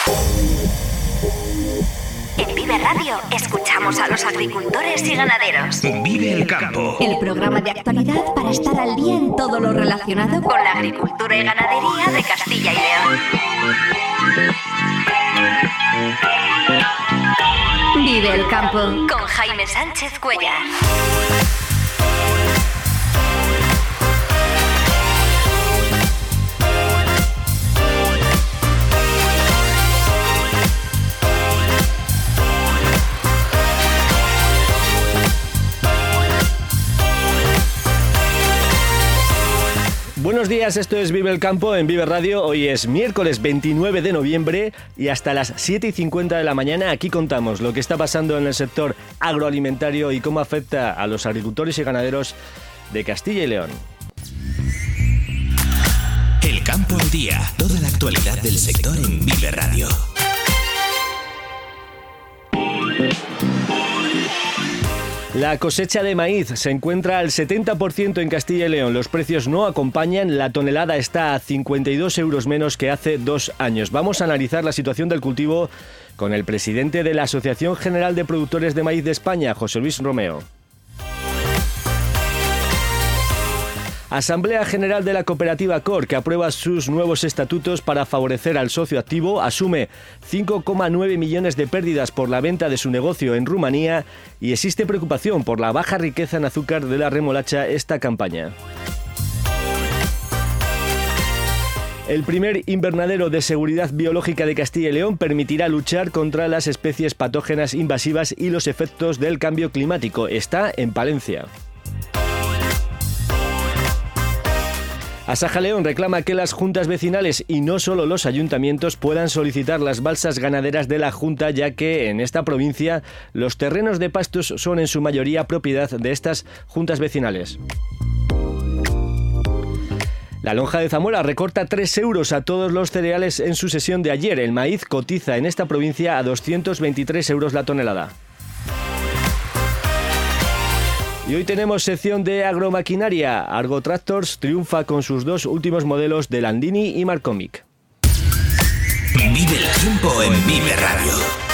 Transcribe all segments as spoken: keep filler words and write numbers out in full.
En Vive Radio escuchamos a los agricultores y ganaderos. Vive el campo. El programa de actualidad para estar al día en todo lo relacionado con la agricultura y ganadería de Castilla y León. Vive el campo con Jaime Sánchez Cuellar. Buenos días, esto es Vive el Campo en Vive Radio. Hoy es miércoles veintinueve de noviembre y hasta las siete y cincuenta de la mañana aquí contamos lo que está pasando en el sector agroalimentario y cómo afecta a los agricultores y ganaderos de Castilla y León. El campo al día, toda la actualidad del sector en Vive Radio. La cosecha de maíz se encuentra al setenta por ciento en Castilla y León. Los precios no acompañan, la tonelada está a cincuenta y dos euros menos que hace dos años. Vamos a analizar la situación del cultivo con el presidente de la Asociación General de Productores de Maíz de España, José Luis Romeo. Asamblea General de la Cooperativa Cor, que aprueba sus nuevos estatutos para favorecer al socio activo, asume cinco coma nueve millones de pérdidas por la venta de su negocio en Rumanía y existe preocupación por la baja riqueza en azúcar de la remolacha esta campaña. El primer invernadero de seguridad biológica de Castilla y León permitirá luchar contra las especies patógenas invasivas y los efectos del cambio climático. Está en Palencia. Asaja León reclama que las juntas vecinales y no solo los ayuntamientos puedan solicitar las balsas ganaderas de la Junta, ya que en esta provincia los terrenos de pastos son en su mayoría propiedad de estas juntas vecinales. La lonja de Zamora recorta tres euros a todos los cereales en su sesión de ayer. El maíz cotiza en esta provincia a doscientos veintitrés euros la tonelada. Y hoy tenemos sección de agromaquinaria. Argo Tractors triunfa con sus dos últimos modelos de Landini y Marcomic. Vive el tiempo en Vive Radio.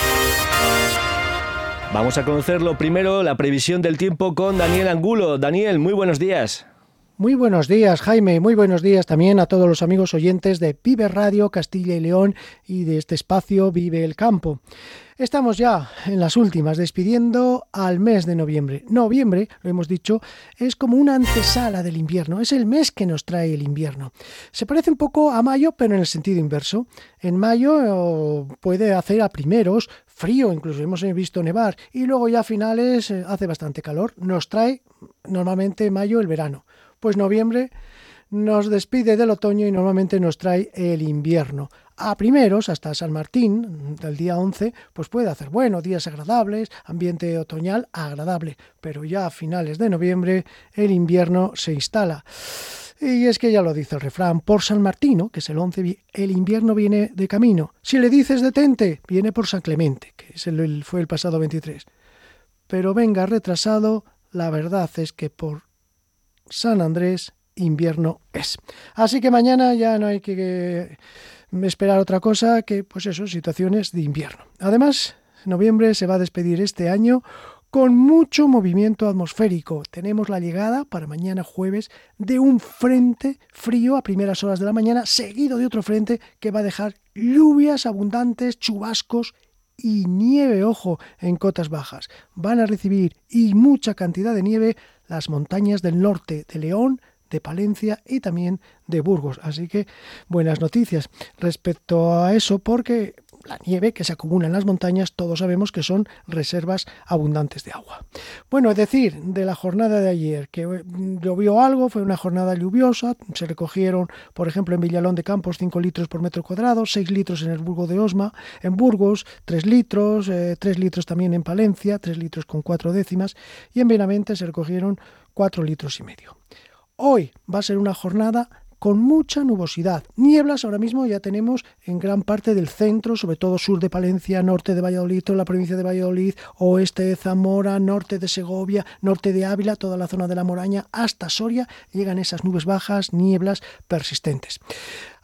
Vamos a conocerlo primero, la previsión del tiempo con Daniel Angulo. Daniel, muy buenos días. Muy buenos días, Jaime. Muy buenos días también a todos los amigos oyentes de Vive Radio Castilla y León y de este espacio Vive el Campo. Estamos ya en las últimas, despidiendo al mes de noviembre. Noviembre, lo hemos dicho, es como una antesala del invierno. Es el mes que nos trae el invierno. Se parece un poco a mayo, pero en el sentido inverso. En mayo puede hacer a primeros frío, incluso hemos visto nevar, y luego ya a finales hace bastante calor. Nos trae normalmente mayo el verano. Pues noviembre nos despide del otoño y normalmente nos trae el invierno. A primeros, hasta San Martín, del día once, pues puede hacer bueno, días agradables, ambiente otoñal agradable, pero ya a finales de noviembre el invierno se instala. Y es que ya lo dice el refrán, por San Martino, que es el once, el invierno viene de camino. Si le dices detente, viene por San Clemente, que es el, fue el pasado veintitrés. Pero venga retrasado, la verdad es que por San Andrés invierno es. Así que mañana ya no hay que esperar otra cosa que, pues eso, situaciones de invierno. Además, noviembre se va a despedir este año con mucho movimiento atmosférico. Tenemos la llegada para mañana jueves de un frente frío a primeras horas de la mañana, seguido de otro frente que va a dejar lluvias abundantes, chubascos y nieve, ojo, en cotas bajas. Van a recibir y mucha cantidad de nieve las montañas del norte de León, de Palencia y también de Burgos. Así que buenas noticias respecto a eso, porque la nieve que se acumula en las montañas todos sabemos que son reservas abundantes de agua. Bueno, es decir, de la jornada de ayer, que llovió algo, fue una jornada lluviosa, se recogieron, por ejemplo, en Villalón de Campos cinco litros por metro cuadrado, seis litros en el Burgo de Osma, en Burgos tres litros, eh, tres litros también en Palencia, tres litros con cuatro décimas, y en Benavente se recogieron cuatro litros y medio. Hoy va a ser una jornada con mucha nubosidad. Nieblas ahora mismo ya tenemos en gran parte del centro, sobre todo sur de Palencia, norte de Valladolid, toda la provincia de Valladolid, oeste de Zamora, norte de Segovia, norte de Ávila, toda la zona de la Moraña, hasta Soria, llegan esas nubes bajas, nieblas persistentes.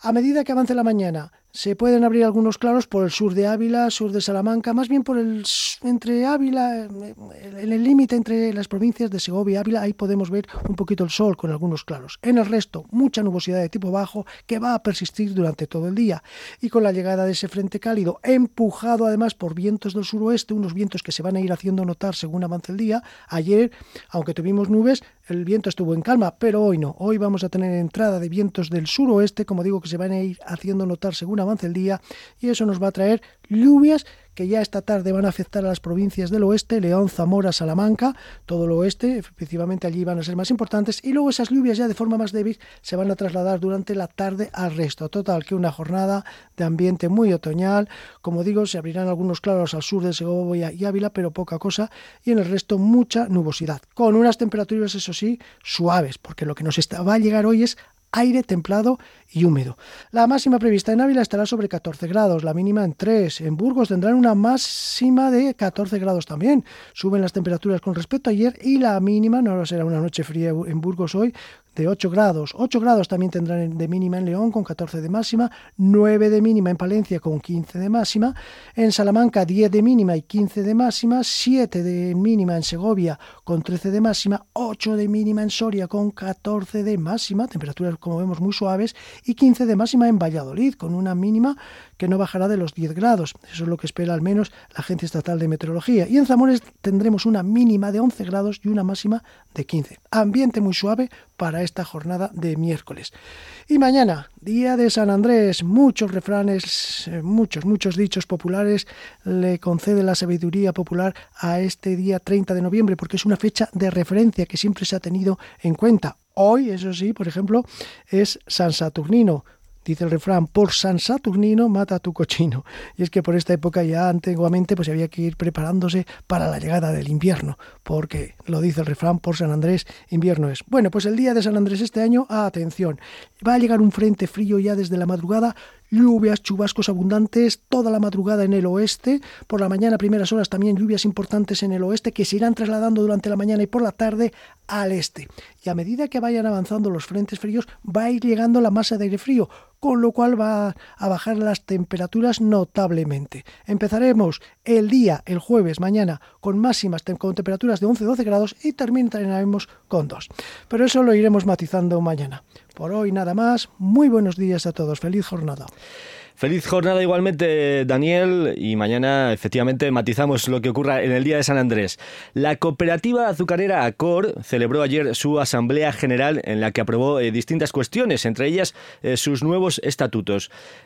A medida que avance la mañana, se pueden abrir algunos claros por el sur de Ávila, sur de Salamanca, más bien por el entre Ávila, en el límite entre las provincias de Segovia y Ávila, ahí podemos ver un poquito el sol con algunos claros. En el resto, mucha nubosidad de tipo bajo que va a persistir durante todo el día. Y con la llegada de ese frente cálido, empujado además por vientos del suroeste, unos vientos que se van a ir haciendo notar según avance el día. Ayer, aunque tuvimos nubes, el viento estuvo en calma, pero hoy no. Hoy vamos a tener entrada de vientos del suroeste, como digo, que se van a ir haciendo notar según avance el día, y eso nos va a traer lluvias que ya esta tarde van a afectar a las provincias del oeste, León, Zamora, Salamanca, todo el oeste, efectivamente allí van a ser más importantes, y luego esas lluvias ya de forma más débil se van a trasladar durante la tarde al resto. Total, que una jornada de ambiente muy otoñal, como digo, se abrirán algunos claros al sur de Segovia y Ávila, pero poca cosa, y en el resto mucha nubosidad, con unas temperaturas, eso sí, suaves, porque lo que nos está, va a llegar hoy es aire templado y húmedo. La máxima prevista en Ávila estará sobre catorce grados, la mínima en tres. En Burgos tendrán una máxima de catorce grados también. Suben las temperaturas con respecto a ayer y la mínima, no será una noche fría en Burgos hoy, de ocho grados. ocho grados también tendrán de mínima en León con catorce de máxima, nueve de mínima en Palencia con quince de máxima, en Salamanca diez de mínima y quince de máxima, siete de mínima en Segovia con trece de máxima, ocho de mínima en Soria con catorce de máxima, temperaturas como vemos muy suaves, y quince de máxima en Valladolid con una mínima que no bajará de los diez grados. Eso es lo que espera al menos la Agencia Estatal de Meteorología. Y en Zamora tendremos una mínima de once grados y una máxima de quince. Ambiente muy suave para esta jornada de miércoles. Y mañana, día de San Andrés, muchos refranes, muchos, muchos dichos populares le concede la sabiduría popular a este día treinta de noviembre, porque es una fecha de referencia que siempre se ha tenido en cuenta. Hoy, eso sí, por ejemplo, es San Saturnino. Dice el refrán, por San Saturnino mata a tu cochino. Y es que por esta época ya antiguamente pues había que ir preparándose para la llegada del invierno, porque lo dice el refrán, por San Andrés invierno es. Bueno, pues el día de San Andrés este año, atención, va a llegar un frente frío ya desde la madrugada, lluvias, chubascos abundantes toda la madrugada en el oeste, por la mañana, primeras horas también lluvias importantes en el oeste que se irán trasladando durante la mañana y por la tarde al este. Y a medida que vayan avanzando los frentes fríos va a ir llegando la masa de aire frío, con lo cual va a bajar las temperaturas notablemente. Empezaremos el día, el jueves, mañana, con máximas tem- con temperaturas de once a doce grados y terminaremos con dos. Pero eso lo iremos matizando mañana. Por hoy nada más, muy buenos días a todos, feliz jornada. Feliz jornada igualmente, Daniel, y mañana efectivamente matizamos lo que ocurra en el día de San Andrés. La cooperativa azucarera Acor celebró ayer su asamblea general en la que aprobó eh, distintas cuestiones, entre ellas eh, sus nuevos estatutos.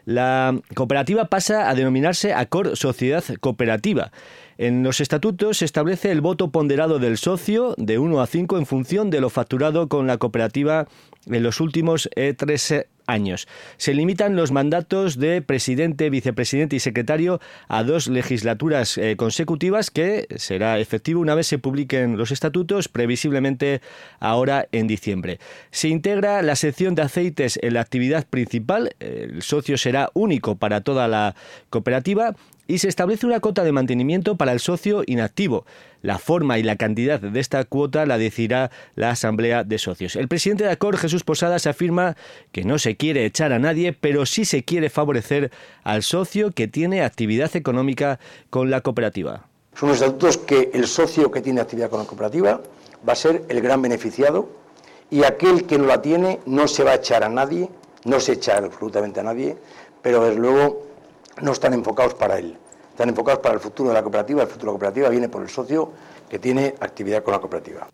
La cooperativa pasa a denominarse Acor Sociedad Cooperativa. En los estatutos se establece el voto ponderado del socio de uno a cinco en función de lo facturado con la cooperativa en los últimos eh, tres años. Se limitan los mandatos de presidente, vicepresidente y secretario a dos legislaturas eh, consecutivas, que será efectivo una vez se publiquen los estatutos, previsiblemente ahora en diciembre. Se integra la sección de aceites en la actividad principal, el socio será único para toda la cooperativa, y se establece una cuota de mantenimiento para el socio inactivo. La forma y la cantidad de esta cuota la decidirá la Asamblea de Socios. El presidente de Acor, Jesús Posadas, afirma que no se quiere echar a nadie, pero sí se quiere favorecer al socio que tiene actividad económica con la cooperativa. Son unos estatutos que el socio que tiene actividad con la cooperativa va a ser el gran beneficiado, y aquel que no la tiene no se va a echar a nadie, no se echa absolutamente a nadie, pero desde luego no están enfocados para él, están enfocados para el futuro de la cooperativa. El futuro de la cooperativa viene por el socio que tiene actividad con la cooperativa.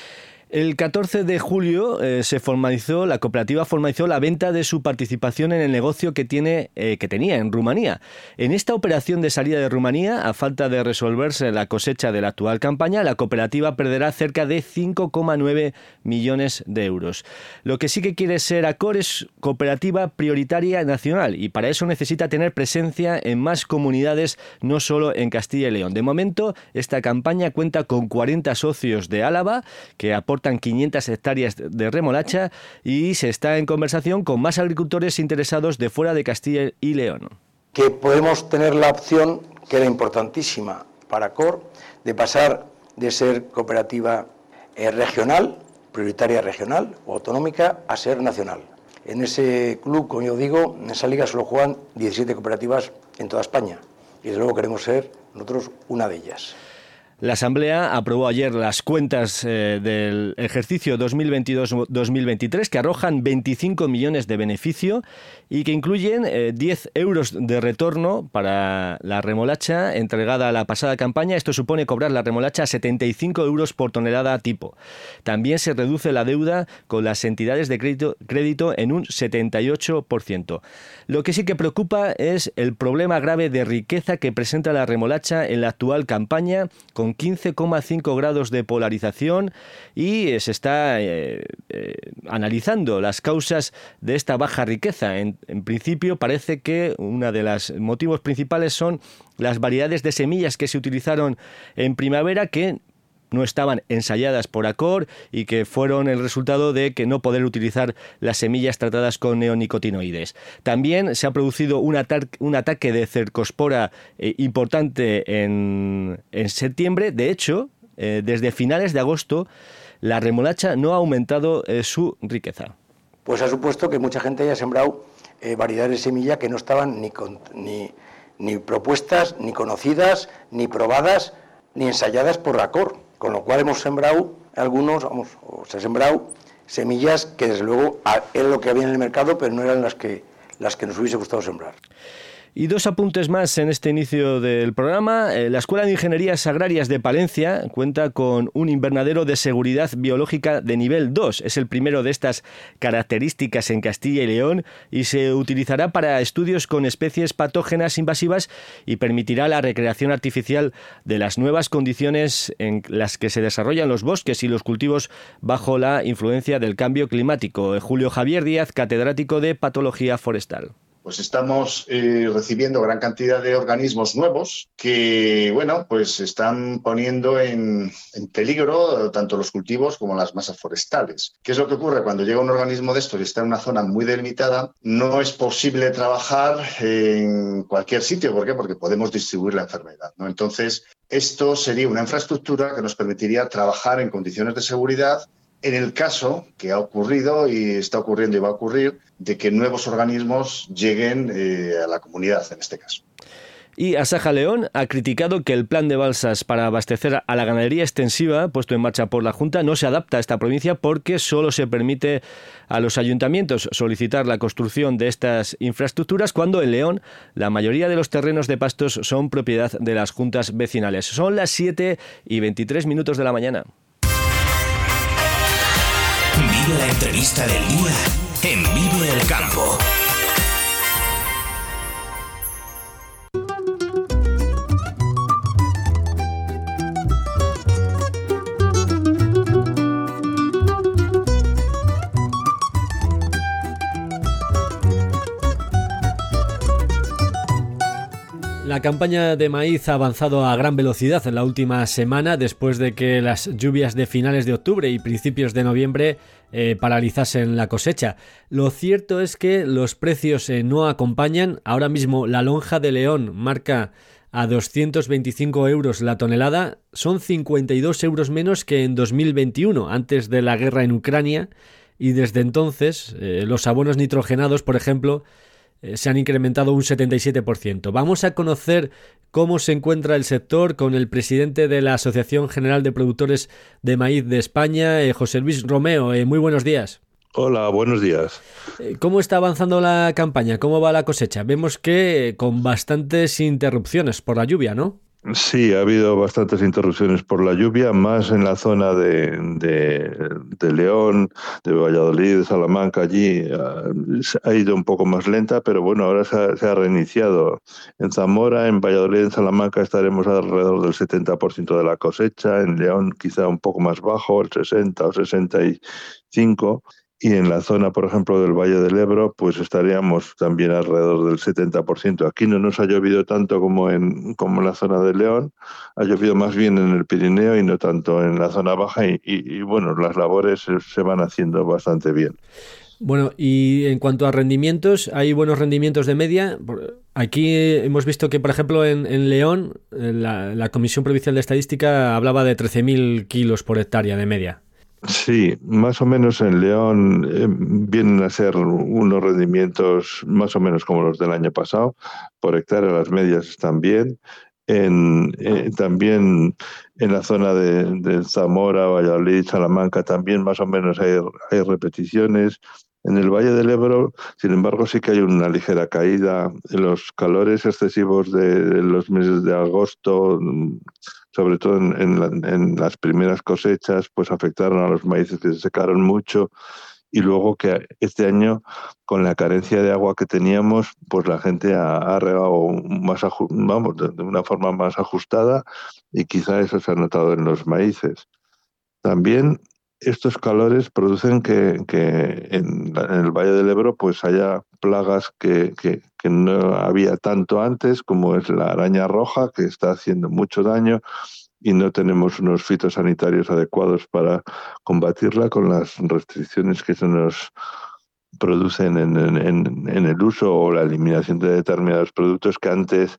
El catorce de julio eh, se formalizó, la cooperativa formalizó la venta de su participación en el negocio que tiene eh, que tenía en Rumanía. En esta operación de salida de Rumanía, a falta de resolverse la cosecha de la actual campaña, la cooperativa perderá cerca de cinco coma nueve millones de euros. Lo que sí que quiere ser Acor es cooperativa prioritaria nacional, y para eso necesita tener presencia en más comunidades, no solo en Castilla y León. De momento, esta campaña cuenta con cuarenta socios de Álava que aportan quinientas hectáreas de remolacha, y se está en conversación con más agricultores interesados de fuera de Castilla y León. Que podemos tener la opción, que era importantísima para Acor, de pasar de ser cooperativa eh, regional, prioritaria regional o autonómica, a ser nacional. En ese club, como yo digo, en esa liga solo juegan diecisiete cooperativas en toda España y desde luego queremos ser nosotros una de ellas. La Asamblea aprobó ayer las cuentas eh, del ejercicio dos mil veintidós dos mil veintitrés que arrojan veinticinco millones de beneficio y que incluyen eh, diez euros de retorno para la remolacha entregada a la pasada campaña. Esto supone cobrar la remolacha a setenta y cinco euros por tonelada tipo. También se reduce la deuda con las entidades de crédito, crédito en un setenta y ocho por ciento. Lo que sí que preocupa es el problema grave de riqueza que presenta la remolacha en la actual campaña, con quince coma cinco grados de polarización, y se está eh, eh, analizando las causas de esta baja riqueza. En, en principio parece que uno de los motivos principales son las variedades de semillas que se utilizaron en primavera, que no estaban ensayadas por Acor y que fueron el resultado de que no poder utilizar las semillas tratadas con neonicotinoides. También se ha producido un, ata- un ataque de cercospora eh, importante en, en septiembre. De hecho, eh, desde finales de agosto, la remolacha no ha aumentado eh, su riqueza. Pues ha supuesto que mucha gente haya sembrado eh, variedades de semilla que no estaban ni, con, ni, ni propuestas, ni conocidas, ni probadas, ni ensayadas por Acor. Con lo cual hemos sembrado algunos, vamos, o se ha sembrado semillas que desde luego era lo que había en el mercado, pero no eran las que, las que nos hubiese gustado sembrar. Y dos apuntes más en este inicio del programa. La Escuela de Ingenierías Agrarias de Palencia cuenta con un invernadero de seguridad biológica de nivel dos. Es el primero de estas características en Castilla y León y se utilizará para estudios con especies patógenas invasivas y permitirá la recreación artificial de las nuevas condiciones en las que se desarrollan los bosques y los cultivos bajo la influencia del cambio climático. Julio Javier Díaz, catedrático de Patología Forestal. Pues estamos eh, recibiendo gran cantidad de organismos nuevos que, bueno, pues están poniendo en, en peligro tanto los cultivos como las masas forestales. ¿Qué es lo que ocurre? Cuando llega un organismo de estos y está en una zona muy delimitada, no es posible trabajar en cualquier sitio. ¿Por qué? Porque podemos distribuir la enfermedad, ¿no? Entonces, esto sería una infraestructura que nos permitiría trabajar en condiciones de seguridad en el caso que ha ocurrido y está ocurriendo y va a ocurrir de que nuevos organismos lleguen eh, a la comunidad, en este caso. Y Asaja León ha criticado que el plan de balsas para abastecer a la ganadería extensiva puesto en marcha por la Junta no se adapta a esta provincia porque solo se permite a los ayuntamientos solicitar la construcción de estas infraestructuras cuando en León la mayoría de los terrenos de pastos son propiedad de las juntas vecinales. Son las siete y veintitrés minutos de la mañana. Vive la entrevista del día en Vive el Campo. La campaña de maíz ha avanzado a gran velocidad en la última semana después de que las lluvias de finales de octubre y principios de noviembre eh, paralizasen la cosecha. Lo cierto es que los precios eh, no acompañan. Ahora mismo la lonja de León marca a doscientos veinticinco euros la tonelada. Son cincuenta y dos euros menos que en dos mil veintiuno, antes de la guerra en Ucrania, y desde entonces eh, los abonos nitrogenados, por ejemplo, se han incrementado un setenta y siete por ciento. Vamos a conocer cómo se encuentra el sector con el presidente de la Asociación General de Productores de Maíz de España, eh, José Luis Romeo. Eh, muy buenos días. Hola, buenos días. Eh, ¿Cómo está avanzando la campaña? ¿Cómo va la cosecha? Vemos que eh, con bastantes interrupciones por la lluvia, ¿no? Sí, ha habido bastantes interrupciones por la lluvia, más en la zona de, de, de León, de Valladolid, de Salamanca. Allí ha ido un poco más lenta, pero bueno, ahora se ha, se ha reiniciado. En Zamora, en Valladolid, en Salamanca estaremos alrededor del setenta por ciento de la cosecha, en León quizá un poco más bajo, el sesenta o sesenta y cinco por ciento. Y en la zona, por ejemplo, del Valle del Ebro, pues estaríamos también alrededor del setenta por ciento. Aquí no nos ha llovido tanto como en, como en la zona de León, ha llovido más bien en el Pirineo y no tanto en la zona baja y, y, y bueno, las labores se, se van haciendo bastante bien. Bueno, y en cuanto a rendimientos, ¿hay buenos rendimientos de media? Aquí hemos visto que, por ejemplo, en, en León, la, la Comisión Provincial de Estadística hablaba de trece mil kilos por hectárea de media. Sí, más o menos en León eh, vienen a ser unos rendimientos más o menos como los del año pasado. Por hectárea las medias están bien. En, eh, también en la zona de, de Zamora, Valladolid, Salamanca también más o menos hay, hay repeticiones. En el Valle del Ebro, sin embargo, sí que hay una ligera caída. Los calores excesivos de los meses de agosto, sobre todo en, en, la, en las primeras cosechas, pues afectaron a los maíces que se secaron mucho. Y luego que este año, con la carencia de agua que teníamos, pues la gente ha, ha regado más, vamos, de una forma más ajustada, y quizá eso se ha notado en los maíces. También estos calores producen que, que en, en el Valle del Ebro pues haya plagas que, que, que no había tanto antes, como es la araña roja, que está haciendo mucho daño, y no tenemos unos fitosanitarios adecuados para combatirla con las restricciones que se nos producen en, en, en el uso o la eliminación de determinados productos que antes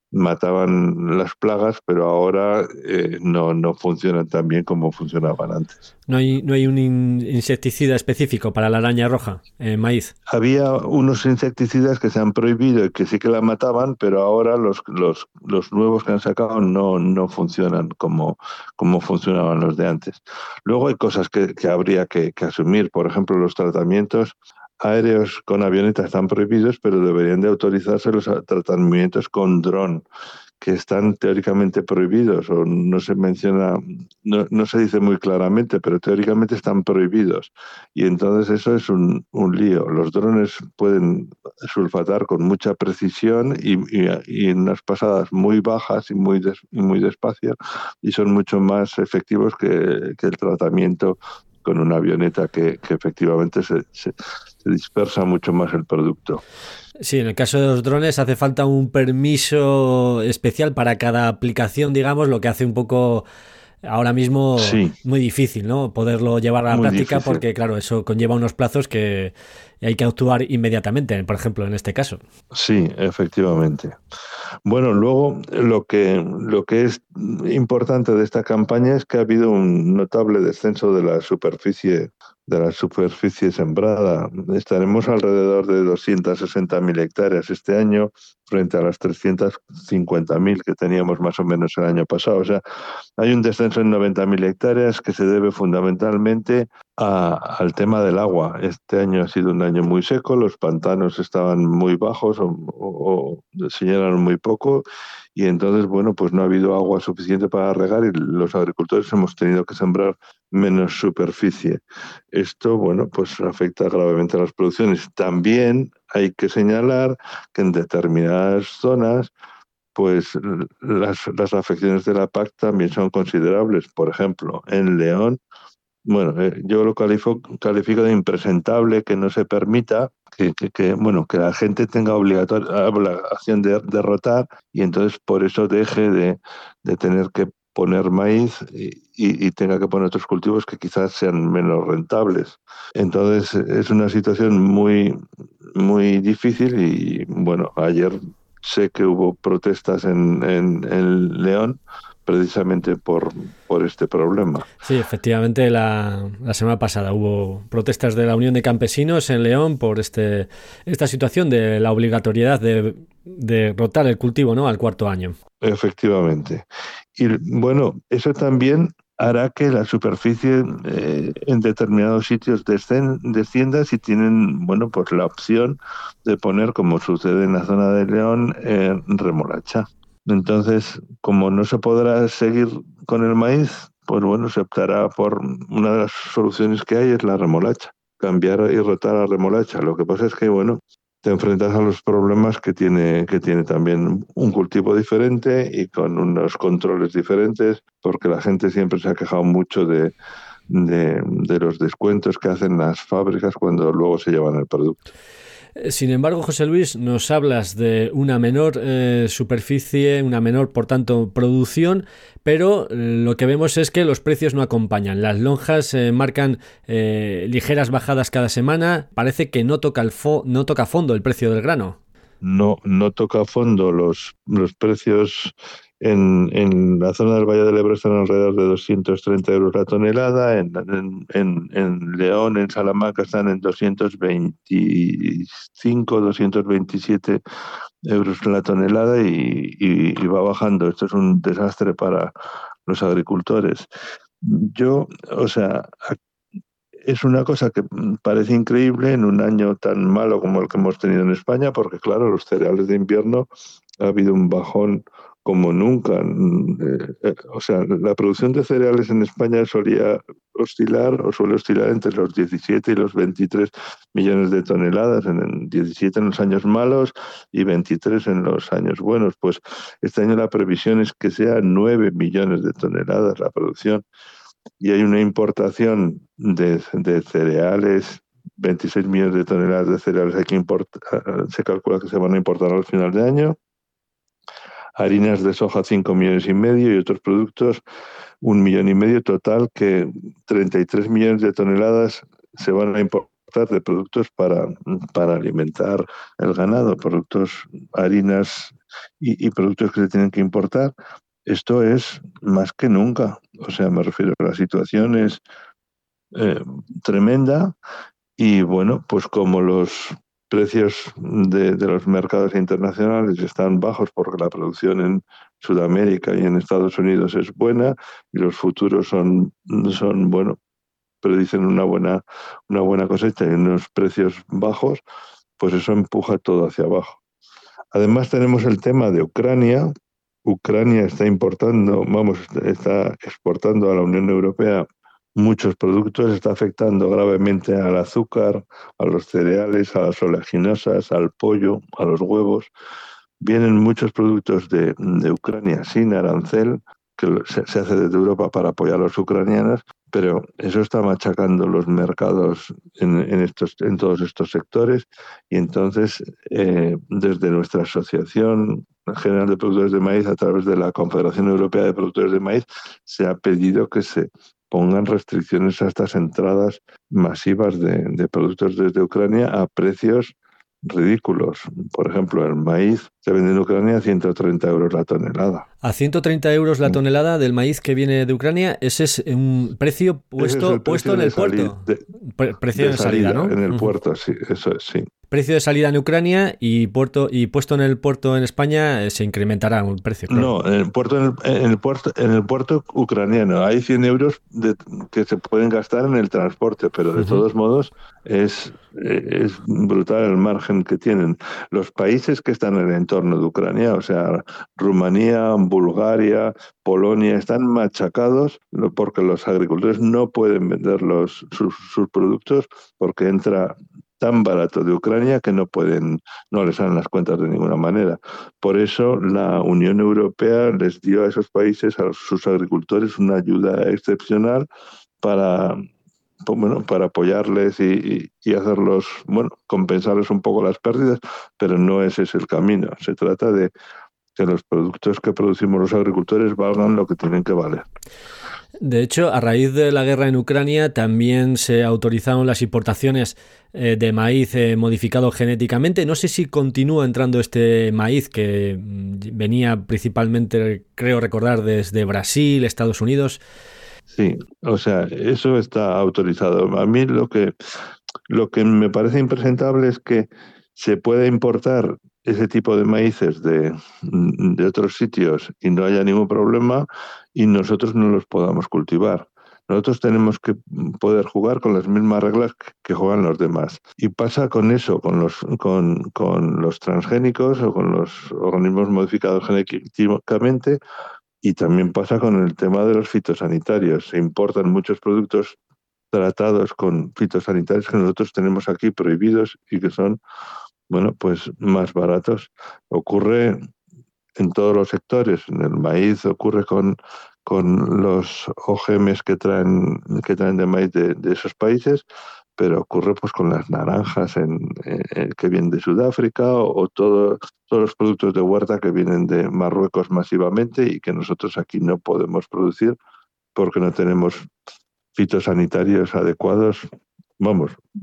mataban las plagas, pero ahora eh, no, no funcionan tan bien como funcionaban antes. ¿No hay, no hay un in- insecticida específico para la araña roja en maíz? Había unos insecticidas que se han prohibido y que sí que la mataban, pero ahora los, los, los nuevos que han sacado no, no funcionan como, como funcionaban los de antes. Luego hay cosas que, que habría que, que asumir. Por ejemplo, los tratamientos aéreos con avioneta están prohibidos, pero deberían de autorizarse los tratamientos con dron, que están teóricamente prohibidos, o no se menciona, no, no se dice muy claramente, pero teóricamente están prohibidos. Y entonces eso es un, un lío. Los drones pueden sulfatar con mucha precisión y, y, y en unas pasadas muy bajas y muy, des, y muy despacio, y son mucho más efectivos que, que el tratamiento con una avioneta que, que efectivamente se, se, se dispersa mucho más el producto. Sí, en el caso de los drones hace falta un permiso especial para cada aplicación, digamos, lo que hace un poco ahora mismo sí. muy difícil, ¿no? Poderlo llevar a la muy práctica difícil. Porque, claro, eso conlleva unos plazos que hay que actuar inmediatamente, por ejemplo, en este caso. Sí, efectivamente. Bueno, luego lo que, lo que es importante de esta campaña es que ha habido un notable descenso de la superficie de la superficie sembrada. Estaremos alrededor de doscientas sesenta mil hectáreas este año frente a las trescientas cincuenta mil que teníamos más o menos el año pasado. O sea, hay un descenso en noventa mil hectáreas que se debe fundamentalmente a, al tema del agua. Este año ha sido un año muy seco, los pantanos estaban muy bajos o, o, o se llenaron muy poco, y entonces, bueno, pues no ha habido agua suficiente para regar y los agricultores hemos tenido que sembrar menos superficie. Esto, bueno, pues afecta gravemente a las producciones. También hay que señalar que en determinadas zonas pues las, las afecciones de la P A C también son considerables. Por ejemplo, en León, bueno, eh, yo lo califico, califico de impresentable que no se permita que, que, que bueno, que la gente tenga obligación de, de rotar, y entonces por eso deje de, de tener que poner maíz y, y, y tenga que poner otros cultivos que quizás sean menos rentables. Entonces es una situación muy, muy difícil y, bueno, ayer sé que hubo protestas en, en, en León precisamente por, por este problema. Sí, efectivamente, la, la semana pasada hubo protestas de la Unión de Campesinos en León por este esta situación de la obligatoriedad de, de rotar el cultivo, ¿no?, al cuarto año. Efectivamente. Y bueno, eso también hará que la superficie eh, en determinados sitios descend, descienda si tienen, bueno, pues la opción de poner, como sucede en la zona de León, eh, remolacha. Entonces, como no se podrá seguir con el maíz, pues bueno, se optará por una de las soluciones que hay, es la remolacha, cambiar y rotar a remolacha. Lo que pasa es que, bueno, te enfrentas a los problemas que tiene, que tiene también un cultivo diferente y con unos controles diferentes, porque la gente siempre se ha quejado mucho de, de, de los descuentos que hacen las fábricas cuando luego se llevan el producto. Sin embargo, José Luis, nos hablas de una menor eh, superficie, una menor, por tanto, producción, pero lo que vemos es que los precios no acompañan. Las lonjas eh, marcan eh, ligeras bajadas cada semana. Parece que no toca el fo- no toca a fondo el precio del grano. No, no toca a fondo los, los precios En, en la zona del Valle del Ebro están alrededor de doscientos treinta euros la tonelada, en, en, en, en León, en Salamanca están en doscientos veinticinco, doscientos veintisiete euros la tonelada y, y, y va bajando. Esto es un desastre para los agricultores. Yo, o sea, es una cosa que parece increíble en un año tan malo como el que hemos tenido en España, porque claro, los cereales de invierno ha habido un bajón como nunca. Eh, o sea, la producción de cereales en España solía oscilar o suele oscilar entre los diecisiete y los veintitrés millones de toneladas, en el diecisiete en los años malos y veintitrés en los años buenos. Pues este año la previsión es que sea nueve millones de toneladas la producción. Y hay una importación de, de cereales, veintiséis millones de toneladas de cereales hay que importar, se calcula que se van a importar al final de año. Harinas de soja cinco millones y medio y otros productos un millón y medio, total que treinta y tres millones de toneladas se van a importar de productos para, para alimentar el ganado, productos, harinas y, y productos que se tienen que importar. Esto es más que nunca, o sea, me refiero a la situación es eh, tremenda y bueno, pues como los precios de, de los mercados internacionales están bajos porque la producción en Sudamérica y en Estados Unidos es buena y los futuros son, son bueno, predicen una buena, una buena cosecha y unos precios bajos, pues eso empuja todo hacia abajo. Además tenemos el tema de Ucrania. Ucrania está importando, vamos, está exportando a la Unión Europea muchos productos, está afectando gravemente al azúcar, a los cereales, a las oleaginosas, al pollo, a los huevos. Vienen muchos productos de, de Ucrania sin arancel, que se, se hace desde Europa para apoyar a los ucranianos, pero eso está machacando los mercados en, en, estos, en todos estos sectores y entonces eh, desde nuestra Asociación General de Productores de Maíz, a través de la Confederación Europea de Productores de Maíz, se ha pedido que se pongan restricciones a estas entradas masivas de, de productos desde Ucrania a precios ridículos. Por ejemplo, el maíz se vende en Ucrania a ciento treinta euros la tonelada. A ciento treinta euros la tonelada del maíz que viene de Ucrania, ese es un precio puesto, es puesto en el puerto. De, Pre- precio de, de salida, salida, ¿no? En el uh-huh. puerto, sí, eso es, sí. Precio de salida en Ucrania y puerto y puesto en el puerto en España eh, se incrementará el precio. Claro. No, en el puerto en el, en el puerto en el puerto ucraniano hay cien euros de, que se pueden gastar en el transporte, pero de uh-huh. todos modos es es brutal el margen que tienen los países que están en el entorno de Ucrania, o sea, Rumanía, Bulgaria, Polonia, están machacados porque los agricultores no pueden vender los, sus, sus productos porque entra tan barato de Ucrania que no pueden, no les salen las cuentas de ninguna manera. Por eso la Unión Europea les dio a esos países, a sus agricultores, una ayuda excepcional para, bueno, para apoyarles y, y, y hacerlos, bueno, compensarles un poco las pérdidas, pero no ese es el camino. Se trata de que los productos que producimos los agricultores valgan lo que tienen que valer. De hecho, a raíz de la guerra en Ucrania también se autorizaron las importaciones eh, de maíz eh, modificado genéticamente. No sé si continúa entrando este maíz que venía principalmente, creo recordar, desde Brasil, Estados Unidos. Sí, o sea, eso está autorizado. A mí lo que, lo que me parece impresentable es que se pueda importar ese tipo de maíces de, de otros sitios y no haya ningún problema y nosotros no los podamos cultivar. Nosotros tenemos que poder jugar con las mismas reglas que juegan los demás. Y pasa con eso, con los, con, con los transgénicos o con los organismos modificados genéticamente, y también pasa con el tema de los fitosanitarios. Se importan muchos productos tratados con fitosanitarios que nosotros tenemos aquí prohibidos y que son, bueno, pues más baratos. Ocurre en todos los sectores. En el maíz ocurre con, con los O G Ms que traen, que traen de maíz de, de esos países, pero ocurre pues con las naranjas en, en, que vienen de Sudáfrica o, o todo, todos los productos de huerta que vienen de Marruecos masivamente y que nosotros aquí no podemos producir porque no tenemos fitosanitarios adecuados. Vamos,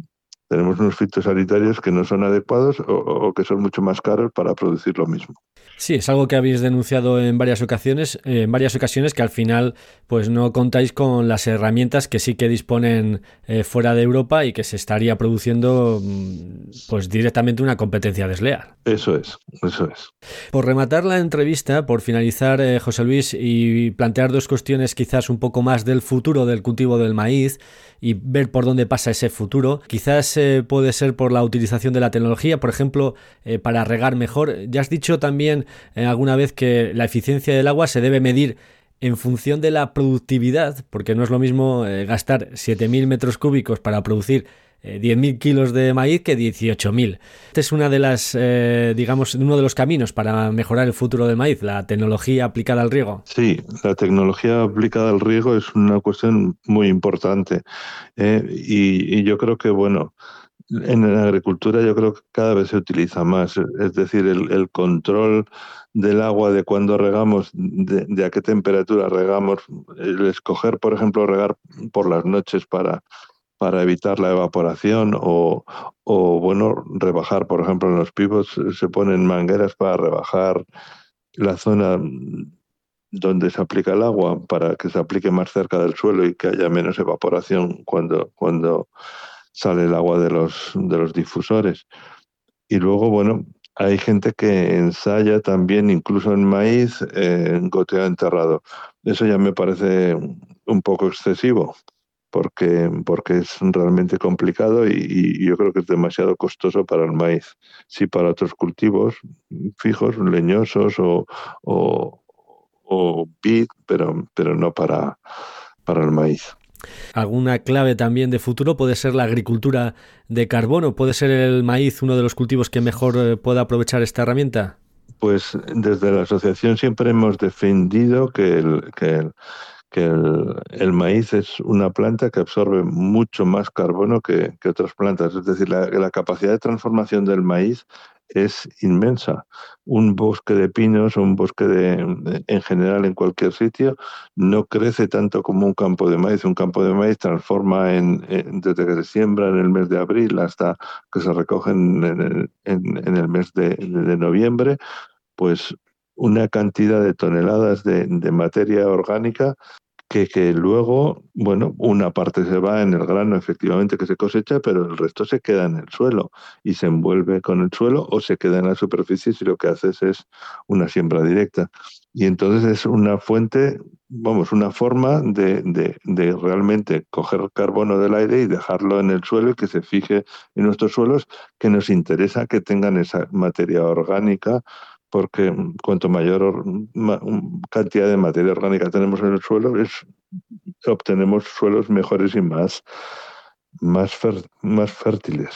Tenemos unos fitosanitarios que no son adecuados o, o que son mucho más caros para producir lo mismo. Sí, es algo que habéis denunciado en varias ocasiones, en varias ocasiones que al final pues no contáis con las herramientas que sí que disponen eh, fuera de Europa y que se estaría produciendo pues directamente una competencia desleal. Eso es, eso es. Por rematar la entrevista, por finalizar, eh, José Luis, y plantear dos cuestiones quizás un poco más del futuro del cultivo del maíz y ver por dónde pasa ese futuro. Quizás eh, puede ser por la utilización de la tecnología, por ejemplo, eh, para regar mejor. Ya has dicho también eh, alguna vez que la eficiencia del agua se debe medir en función de la productividad, porque no es lo mismo eh, gastar siete mil metros cúbicos para producir eh, diez mil kilos de maíz que dieciocho mil. Este es una de las, eh, digamos, uno de los caminos para mejorar el futuro del maíz, la tecnología aplicada al riego. Sí, la tecnología aplicada al riego es una cuestión muy importante eh, y, y yo creo que, bueno, en la agricultura yo creo que cada vez se utiliza más, es decir, el, el control del agua, de cuándo regamos, de, de a qué temperatura regamos, el escoger, por ejemplo, regar por las noches para, para evitar la evaporación o, o, bueno, rebajar, por ejemplo, en los pivots se ponen mangueras para rebajar la zona donde se aplica el agua para que se aplique más cerca del suelo y que haya menos evaporación cuando... cuando sale el agua de los, de los difusores. Y luego, bueno, hay gente que ensaya también, incluso en maíz, eh, goteo enterrado. Eso ya me parece un poco excesivo, porque, porque es realmente complicado y, y yo creo que es demasiado costoso para el maíz. Sí, para otros cultivos fijos, leñosos o, o, o vid, pero, pero no para, para el maíz. ¿Alguna clave también de futuro puede ser la agricultura de carbono? ¿Puede ser el maíz uno de los cultivos que mejor pueda aprovechar esta herramienta? Pues desde la asociación siempre hemos defendido que el, que el, que el, el maíz es una planta que absorbe mucho más carbono que, que otras plantas. Es decir, la, la capacidad de transformación del maíz es inmensa. Un bosque de pinos o un bosque de, de, en general en cualquier sitio, no crece tanto como un campo de maíz. Un campo de maíz transforma en, en, desde que se siembra en el mes de abril hasta que se recogen en el, en, en el mes de, de noviembre, pues una cantidad de toneladas de, de materia orgánica que, que luego, bueno, una parte se va en el grano efectivamente que se cosecha, pero el resto se queda en el suelo y se envuelve con el suelo o se queda en la superficie si lo que haces es una siembra directa. Y entonces es una fuente, vamos, una forma de, de, de realmente coger carbono del aire y dejarlo en el suelo y que se fije en nuestros suelos, que nos interesa que tengan esa materia orgánica, porque cuanto mayor ma, cantidad de materia orgánica tenemos en el suelo, es, obtenemos suelos mejores y más, más, fer, más fértiles.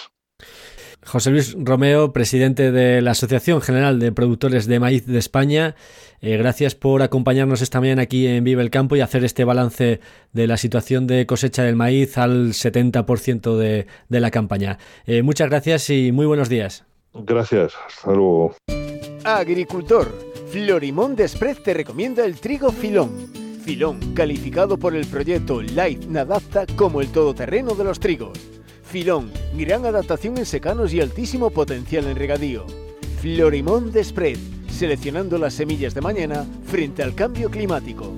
José Luis Romeo, presidente de la Asociación General de Productores de Maíz de España, eh, gracias por acompañarnos esta mañana aquí en Vive el Campo y hacer este balance de la situación de cosecha del maíz al setenta por ciento de, de la campaña. Eh, muchas gracias y muy buenos días. Gracias, hasta luego. Agricultor, Florimond Desprez te recomienda el trigo Filón. Filón, calificado por el proyecto Life Nadapta como el todoterreno de los trigos. Filón, gran adaptación en secanos y altísimo potencial en regadío. Florimond Desprez, seleccionando las semillas de mañana frente al cambio climático.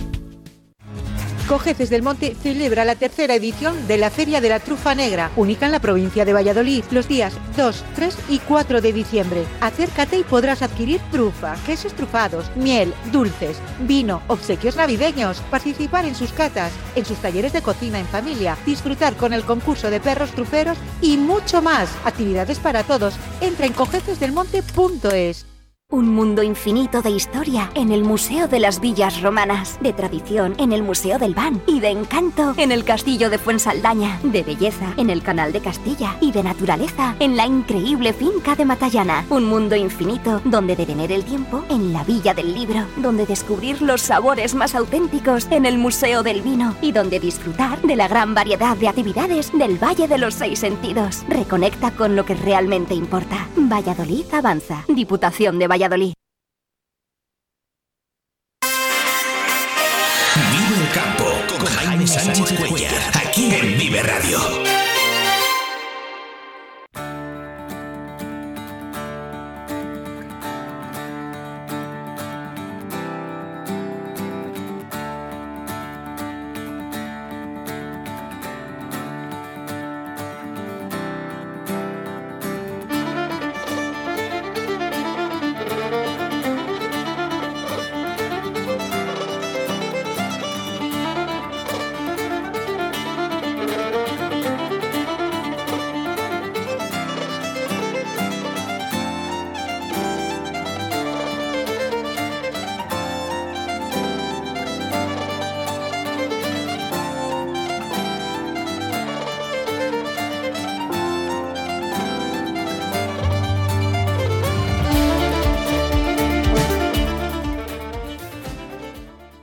Cojeces del Monte celebra la tercera edición de la Feria de la Trufa Negra, única en la provincia de Valladolid, los días dos, tres y cuatro de diciembre. Acércate y podrás adquirir trufa, quesos trufados, miel, dulces, vino, obsequios navideños, participar en sus catas, en sus talleres de cocina en familia, disfrutar con el concurso de perros truferos y mucho más. Actividades para todos. Entra en cojeces del monte punto es. Un mundo infinito de historia en el Museo de las Villas Romanas, de tradición en el Museo del Ban y de encanto en el Castillo de Fuensaldaña, de belleza en el Canal de Castilla y de naturaleza en la increíble finca de Matallana. Un mundo infinito donde detener el tiempo en la Villa del Libro, donde descubrir los sabores más auténticos en el Museo del Vino y donde disfrutar de la gran variedad de actividades del Valle de los Seis Sentidos. Reconecta con lo que realmente importa. Valladolid avanza. Diputación de Valladolid. Valladolid. Vive el campo con Jaime Sánchez Cuellar, aquí en Vive Radio.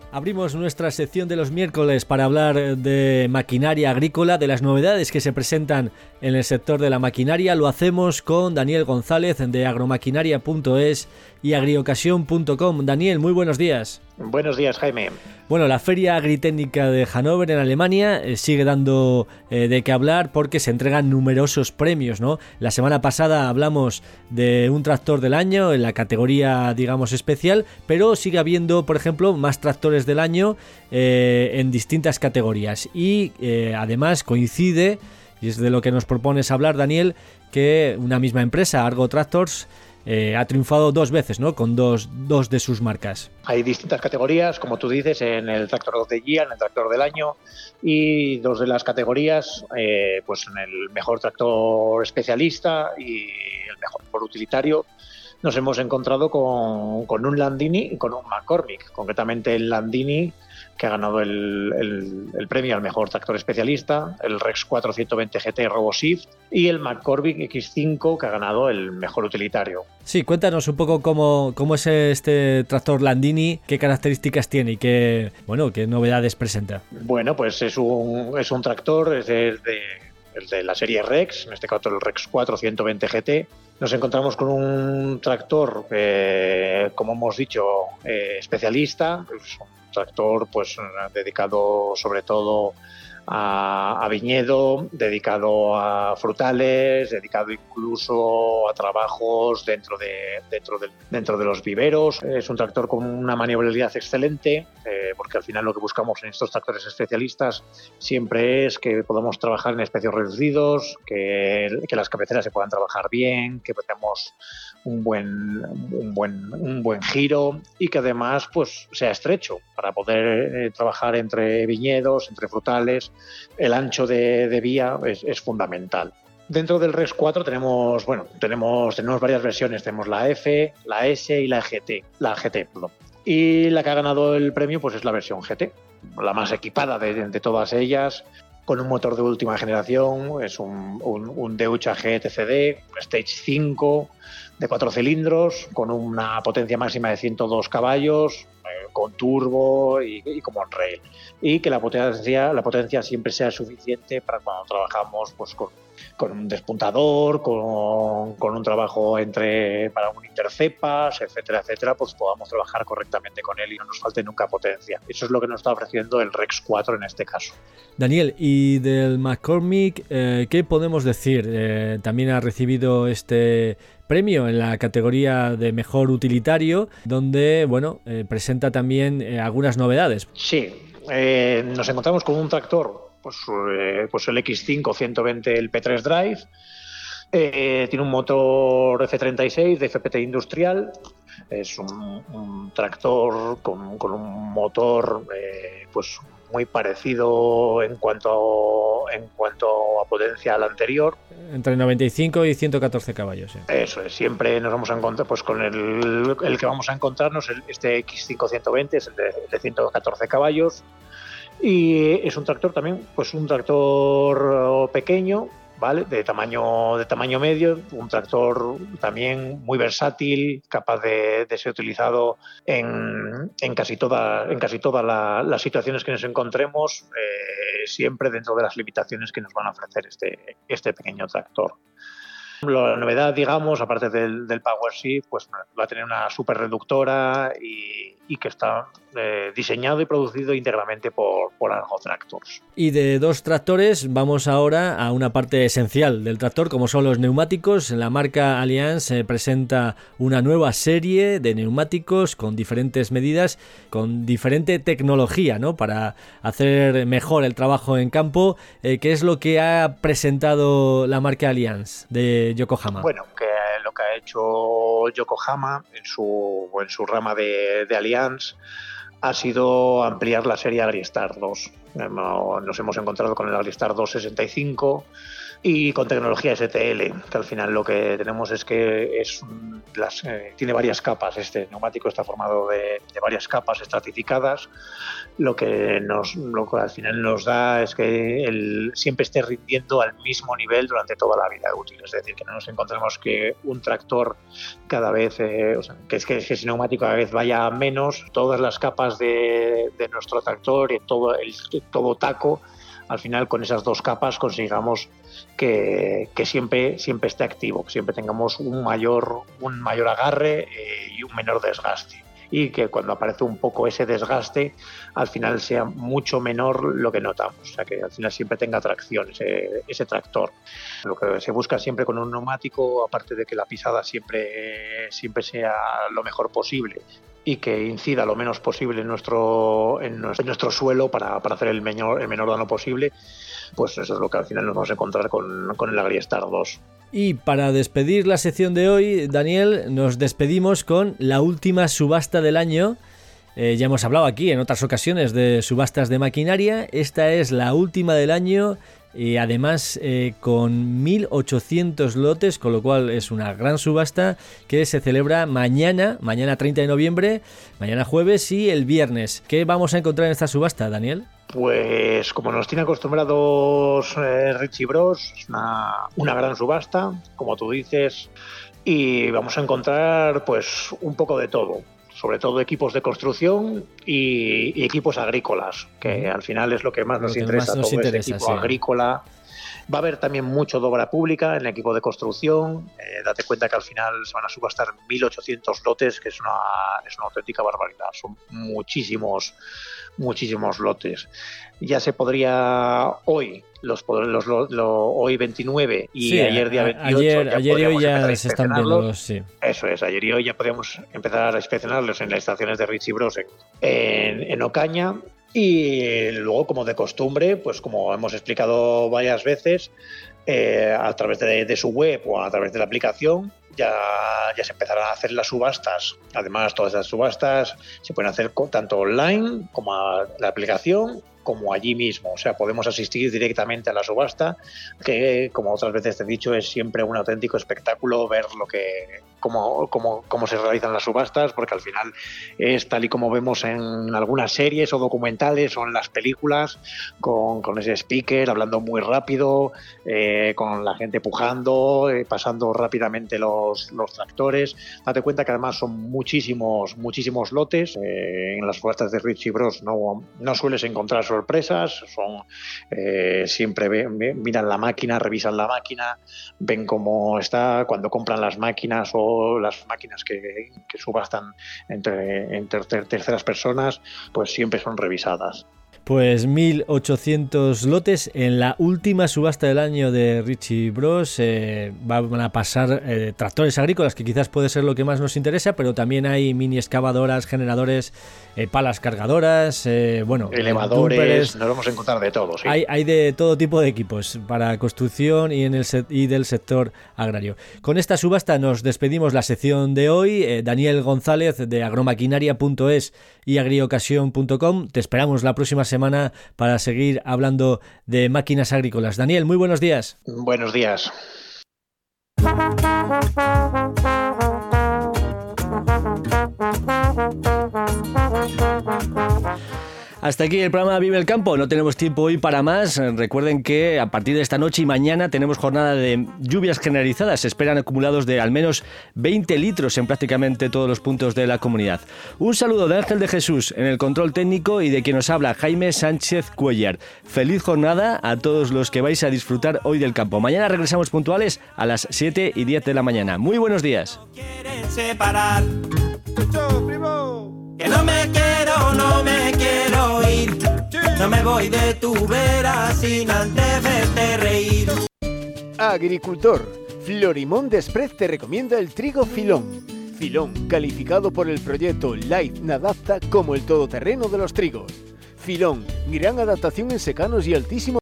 Abrimos nuestra sección de los miércoles para hablar de maquinaria agrícola, de las novedades que se presentan en el sector de la maquinaria. Lo hacemos con Daniel González de agromaquinaria punto es y agriocasión punto com. Daniel, muy buenos días. Buenos días, Jaime. Bueno, la Feria Agritécnica de Hannover en Alemania eh, sigue dando eh, de qué hablar porque se entregan numerosos premios, ¿no? La semana pasada hablamos de un tractor del año en la categoría, digamos, especial, pero sigue habiendo, por ejemplo, más tractores del año eh, en distintas categorías. Y eh, además coincide, y es de lo que nos propones hablar, Daniel, que una misma empresa, Argo Tractors, Eh, ha triunfado dos veces, ¿no? Con dos, dos de sus marcas. Hay distintas categorías, como tú dices, en el Tractor of the Year, en el Tractor del Año, y dos de las categorías, eh, pues en el mejor tractor especialista y el mejor por utilitario, nos hemos encontrado con, con un Landini y con un McCormick. Concretamente el Landini, que ha ganado el, el, el premio al mejor tractor especialista, el Rex cuatro ciento veinte G T RoboShift, y el McCormick X cinco, que ha ganado el mejor utilitario. Sí, cuéntanos un poco cómo, cómo es este tractor Landini, qué características tiene y qué, bueno, qué novedades presenta. Bueno, pues es un, es un tractor, es de, de, el de la serie Rex, en este caso el Rex cuatro ciento veinte G T. Nos encontramos con un tractor, eh, como hemos dicho, eh, especialista, es un tractor pues dedicado sobre todo a, a viñedo, dedicado a frutales, dedicado incluso a trabajos dentro de dentro de, dentro de los viveros. Es un tractor con una maniobrabilidad excelente, eh, porque al final lo que buscamos en estos tractores especialistas siempre es que podamos trabajar en espacios reducidos, que, que las cabeceras se puedan trabajar bien, que tengamos un buen un buen un buen giro y que además pues sea estrecho para poder eh, trabajar entre viñedos, entre frutales. El ancho de, de vía es, es fundamental. Dentro del Rex cuatro tenemos, bueno, tenemos, tenemos varias versiones. Tenemos la F, la S y la G T. La G T, perdón. Y la que ha ganado el premio pues es la versión G T, la más equipada de, de todas ellas, con un motor de última generación. Es un, un, un Deutsche G T C D Stage cinco de cuatro cilindros, con una potencia máxima de ciento dos caballos, eh, con turbo y, y con Monrail. Y que la potencia, la potencia siempre sea suficiente para cuando trabajamos pues, con, con un despuntador, con, con un trabajo entre para un intercepas, etcétera, etcétera, pues podamos trabajar correctamente con él y no nos falte nunca potencia. Eso es lo que nos está ofreciendo el Rex cuatro en este caso. Daniel, y del McCormick, eh, ¿qué podemos decir? Eh, también ha recibido este premio en la categoría de mejor utilitario, donde bueno eh, presenta también eh, algunas novedades. Sí, eh, nos encontramos con un tractor, pues, eh, pues el X cinco ciento veinte, el P tres Drive, eh, tiene un motor F treinta y seis de F P T industrial, es un, un tractor con, con un motor eh, pues muy parecido en cuanto en cuanto a potencia al anterior. Entre noventa y cinco y ciento catorce caballos. ¿eh? Eso es, siempre nos vamos a encontrar pues con el, el que vamos a encontrarnos, el, este X cinco ciento veinte es el de, el de ciento catorce caballos y es un tractor también, pues un tractor pequeño, ¿vale? De tamaño de tamaño medio, un tractor también muy versátil, capaz de, de ser utilizado en, en casi toda, en casi todas la, las situaciones que nos encontremos, eh, siempre dentro de las limitaciones que nos van a ofrecer este, este pequeño tractor. La novedad, digamos, aparte del, del Power Shift, pues va a tener una super reductora y, y que está eh, diseñado y producido íntegramente por, por Argo Tractors. Y de dos tractores vamos ahora a una parte esencial del tractor, como son los neumáticos. La marca Allianz eh, presenta una nueva serie de neumáticos con diferentes medidas, con diferente tecnología, ¿no? Para hacer mejor el trabajo en campo. Eh, ¿Qué es lo que ha presentado la marca Allianz de Yokohama? Bueno, que lo que ha hecho Yokohama en su, en su rama de, de Allianz ha sido ampliar la serie AgriStar dos. Nos hemos encontrado con el AgriStar dos sesenta y cinco, y con tecnología S T L, que al final lo que tenemos es que es las, eh, tiene varias capas. Este neumático está formado de, de varias capas estratificadas, lo que, nos, lo que al final nos da es que el, siempre esté rindiendo al mismo nivel durante toda la vida útil, es decir, que no nos encontremos que un tractor cada vez, eh, o sea, que es que ese neumático cada vez vaya menos, todas las capas de, de nuestro tractor y todo, el, todo taco, al final con esas dos capas consigamos que, que siempre, siempre esté activo, que siempre tengamos un mayor, un mayor agarre eh, y un menor desgaste. Y que cuando aparece un poco ese desgaste, al final sea mucho menor lo que notamos. O sea, que al final siempre tenga tracción ese, ese tractor. Lo que se busca siempre con un neumático, aparte de que la pisada siempre, siempre sea lo mejor posible y que incida lo menos posible en nuestro, en nuestro, en nuestro suelo para, para hacer el menor, el menor daño posible, pues eso es lo que al final nos vamos a encontrar con, con el Agristar dos. Y para despedir la sección de hoy, Daniel, nos despedimos con la última subasta del año. Eh, ya hemos hablado aquí en otras ocasiones de subastas de maquinaria. Esta es la última del año y además eh, con mil ochocientos lotes, con lo cual es una gran subasta que se celebra mañana, mañana treinta de noviembre, mañana jueves y el viernes. ¿Qué vamos a encontrar en esta subasta, Daniel? Pues como nos tiene acostumbrados eh, Ritchie Bros, es una, una gran subasta, como tú dices, y vamos a encontrar pues un poco de todo, sobre todo equipos de construcción y, y equipos agrícolas, que al final es lo que más nos que interesa, más nos todo interesa, este equipo sí. agrícola. Va a haber también mucho de obra pública en el equipo de construcción. Eh, date cuenta que al final se van a subastar mil ochocientos lotes, que es una, es una auténtica barbaridad. Son muchísimos, muchísimos lotes. Ya se podría hoy, los, los, los, los hoy veintinueve y sí, ayer día veintiocho, ayer, ya ayer y hoy ya a se están viendo los, sí. Eso es, ayer y hoy ya podríamos empezar a inspeccionarlos en las estaciones de Ritchie Bros en, en, en Ocaña. Y luego, como de costumbre, pues como hemos explicado varias veces, eh, a través de, de su web o a través de la aplicación ya, ya se empezarán a hacer las subastas. Además, todas las subastas se pueden hacer tanto online como a la aplicación como allí mismo. O sea, podemos asistir directamente a la subasta, que, como otras veces te he dicho, es siempre un auténtico espectáculo ver lo que cómo, cómo, cómo se realizan las subastas, porque al final es tal y como vemos en algunas series o documentales o en las películas, con, con ese speaker hablando muy rápido, eh, con la gente pujando, eh, pasando rápidamente los, los tractores. Date cuenta que además son muchísimos, muchísimos lotes. Eh, en las subastas de Ritchie Bros no, no sueles encontrar sorpresas, son eh, siempre ven, ven, miran la máquina, revisan la máquina, ven cómo está, cuando compran las máquinas o las máquinas que, que subastan entre, entre terceras personas, pues siempre son revisadas. Pues mil ochocientos lotes en la última subasta del año de Ritchie Bros. Eh, van a pasar eh, tractores agrícolas, que quizás puede ser lo que más nos interesa, pero también hay mini excavadoras, generadores, eh, palas cargadoras, eh, bueno, elevadores, dumpers. nos vamos a encontrar de todo. ¿Sí? Hay, hay de todo tipo de equipos para construcción y, en el set, y del sector agrario. Con esta subasta nos despedimos la sección de hoy. Eh, Daniel González de agromaquinaria punto es y agriocasión punto com. Te esperamos la próxima semana para seguir hablando de máquinas agrícolas. Daniel, muy buenos días. Buenos días. Hasta aquí el programa Vive el Campo. No tenemos tiempo hoy para más. Recuerden que a partir de esta noche y mañana tenemos jornada de lluvias generalizadas. Se esperan acumulados de al menos veinte litros en prácticamente todos los puntos de la comunidad. Un saludo de Ángel de Jesús en el control técnico y de quien nos habla, Jaime Sánchez Cuellar. Feliz jornada a todos los que vais a disfrutar hoy del campo. Mañana regresamos puntuales a las siete y diez de la mañana. Muy buenos días. Separar. Que no me quiero, no me quiero ir. No me voy de tu vera sin antes verte reír. Agricultor, Florimón Desprez te recomienda el trigo Filón. Filón, calificado por el proyecto Life Nadapta como el todoterreno de los trigos. Filón, gran adaptación en secanos y altísimo